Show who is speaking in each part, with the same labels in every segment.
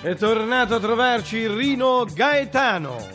Speaker 1: È tornato a trovarci Rino Gaetano.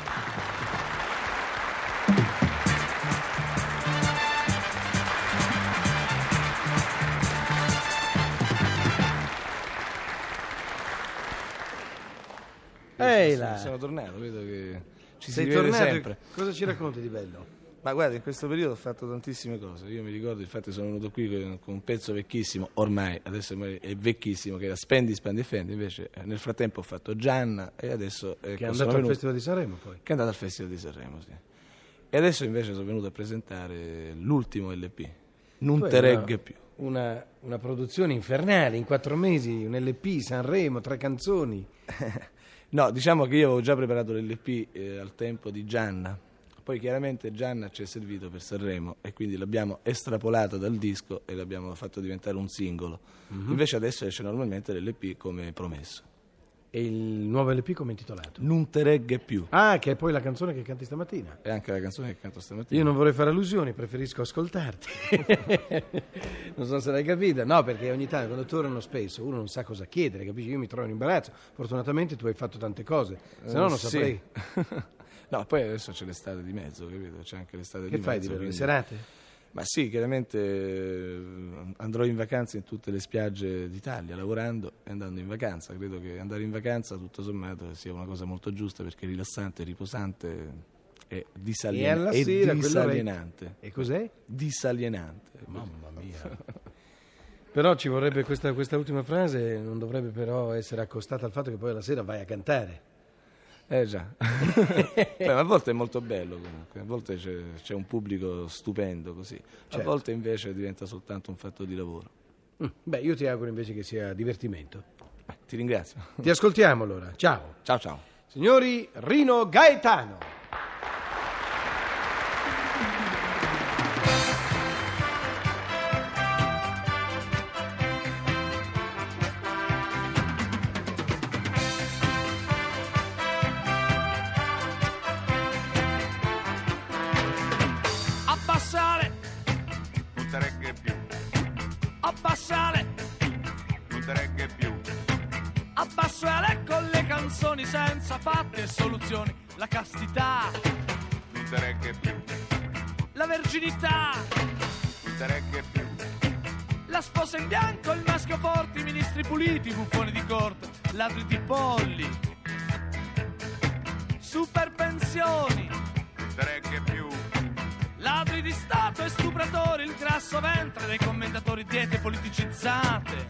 Speaker 1: Ehi là.
Speaker 2: Sono tornato, vedo che ci
Speaker 1: Sei
Speaker 2: si rivede
Speaker 1: tornato?
Speaker 2: sempre.
Speaker 1: Cosa ci racconti di bello?
Speaker 2: Ma guarda, in questo periodo ho fatto tantissime cose. Io mi ricordo, infatti sono venuto qui con un pezzo vecchissimo, ormai, adesso è vecchissimo, che era Spendi, Spendi e Fendi. Invece nel frattempo ho fatto Gianna e adesso...
Speaker 1: Che è andato al Festival di Sanremo poi.
Speaker 2: Che è andato al Festival di Sanremo, sì. E adesso invece sono venuto a presentare l'ultimo LP, Non te regge più.
Speaker 1: Una produzione infernale, in 4 mesi, un LP, Sanremo, 3 canzoni.
Speaker 2: No, diciamo che io avevo già preparato l'LP al tempo di Gianna. Poi chiaramente Gianna ci è servito per Sanremo e quindi l'abbiamo estrapolato dal disco e l'abbiamo fatto diventare un singolo. Invece adesso esce normalmente l'LP come promesso.
Speaker 1: E il nuovo LP come è intitolato?
Speaker 2: Non te regge più.
Speaker 1: Ah, che è poi la canzone che canti stamattina.
Speaker 2: È anche la canzone che canto stamattina.
Speaker 1: Io non vorrei fare allusioni, preferisco ascoltarti. Non so se l'hai capita. No, perché ogni tanto quando tornano spesso uno non sa cosa chiedere, capisci? Io mi trovo in imbarazzo. Fortunatamente tu hai fatto tante cose, se no non
Speaker 2: sì.
Speaker 1: saprei.
Speaker 2: No, poi adesso c'è l'estate di mezzo, capito? C'è anche l'estate
Speaker 1: Che
Speaker 2: di
Speaker 1: fai
Speaker 2: mezzo.
Speaker 1: di bello? Le
Speaker 2: quindi...
Speaker 1: serate?
Speaker 2: Ma sì, chiaramente andrò in vacanza in tutte le spiagge d'Italia, lavorando e andando in vacanza. Credo che andare in vacanza, tutto sommato, sia una cosa molto giusta perché è rilassante, riposante e disalienante.
Speaker 1: E cos'è?
Speaker 2: Disalienante.
Speaker 1: Mamma mia. Però ci vorrebbe questa ultima frase, non dovrebbe però essere accostata al fatto che poi alla sera vai a cantare.
Speaker 2: Già. Beh, ma a volte è molto bello comunque, a volte c'è un pubblico stupendo così,
Speaker 1: Certo.
Speaker 2: A volte invece diventa soltanto un fatto di lavoro.
Speaker 1: Beh, io ti auguro invece che sia divertimento.
Speaker 2: Ti ringrazio.
Speaker 1: Ti ascoltiamo allora. Ciao.
Speaker 2: Ciao ciao.
Speaker 1: Signori, Rino Gaetano.
Speaker 3: Non te regge più,
Speaker 4: Abbassare,
Speaker 3: non te regge più,
Speaker 4: abbassare con le canzoni senza fatti e soluzioni. La castità,
Speaker 3: non te regge più,
Speaker 4: la verginità,
Speaker 3: non te regge più,
Speaker 4: la sposa in bianco, il maschio forte, i ministri puliti, i buffoni di corte, ladri di polli, super pensioni,
Speaker 3: non te regge più,
Speaker 4: ladri di Stato e stupratori, il grasso ventre dei commentatori, diete politicizzate,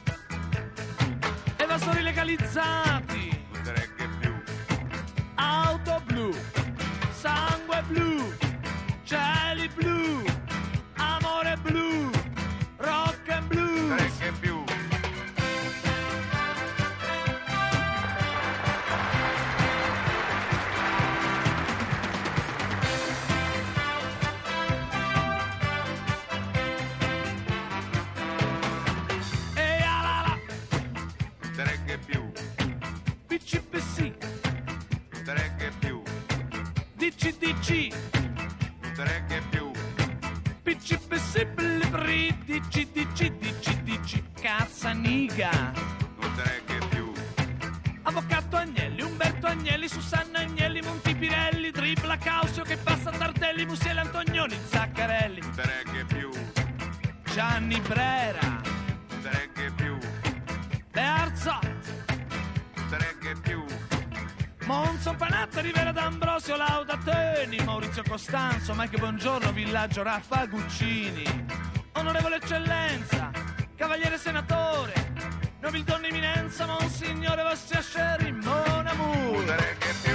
Speaker 4: evasori legalizzati,
Speaker 3: non te regge più,
Speaker 4: auto blu, sangue blu, cieli blu, amore blu, rock and
Speaker 3: non te
Speaker 4: blues.
Speaker 3: regge più,
Speaker 4: E alala,
Speaker 3: non te regge più,
Speaker 4: PCPC,
Speaker 3: non te regge più,
Speaker 4: DCDC,
Speaker 3: non te regge più,
Speaker 4: PCPC, blibri, DCDC, DCDC, cazzaniga,
Speaker 3: non te regge più,
Speaker 4: Avvocato Agnelli, Umberto Agnelli, Susanna Agnelli, Montipirelli, Tripla Causio che passa Tardelli, Musiele Antonioni, Zaccarelli,
Speaker 3: non te regge più,
Speaker 4: Gianni Brera,
Speaker 3: non te regge più,
Speaker 4: Bearzot,
Speaker 3: non te regge più,
Speaker 4: Monson Panatta, Rivera D'Ambrosio, Laudateni, Maurizio Costanzo, Mike Buongiorno, Villaggio Raffa Guccini, Onorevole Eccellenza, Cavaliere Senatore, Nobildonna Eminenza, Monsignore Vostri Asceri, Mon
Speaker 3: non
Speaker 4: Amour.
Speaker 3: te regge più,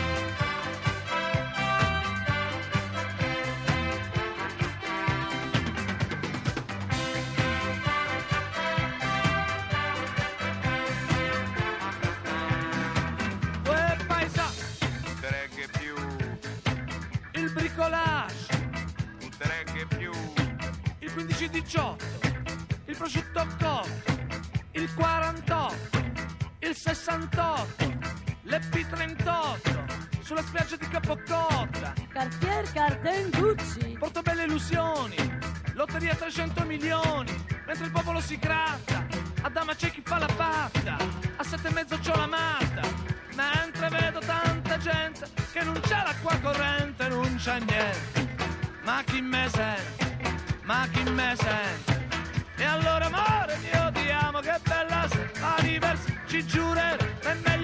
Speaker 4: Uè paesa,
Speaker 3: non te regge più,
Speaker 4: il bricolage,
Speaker 3: non te regge più,
Speaker 4: il 15-18, il prosciutto cotto, il 48, il 68, l'Ep38, sulla spiaggia di Capocotta,
Speaker 5: Cartier Carden Gucci.
Speaker 4: Portobello Illusioni, lotteria 300 milioni, mentre il popolo si gratta, a Dama c'è chi fa la patta, a 7:30 c'ho la matta, mentre vedo tanta gente che non c'è l'acqua corrente, non c'è niente. Ma chi me sente? Ma chi me sente? E allora amore mio ti amo, che bella sei, a diversi ci giurerò, è meglio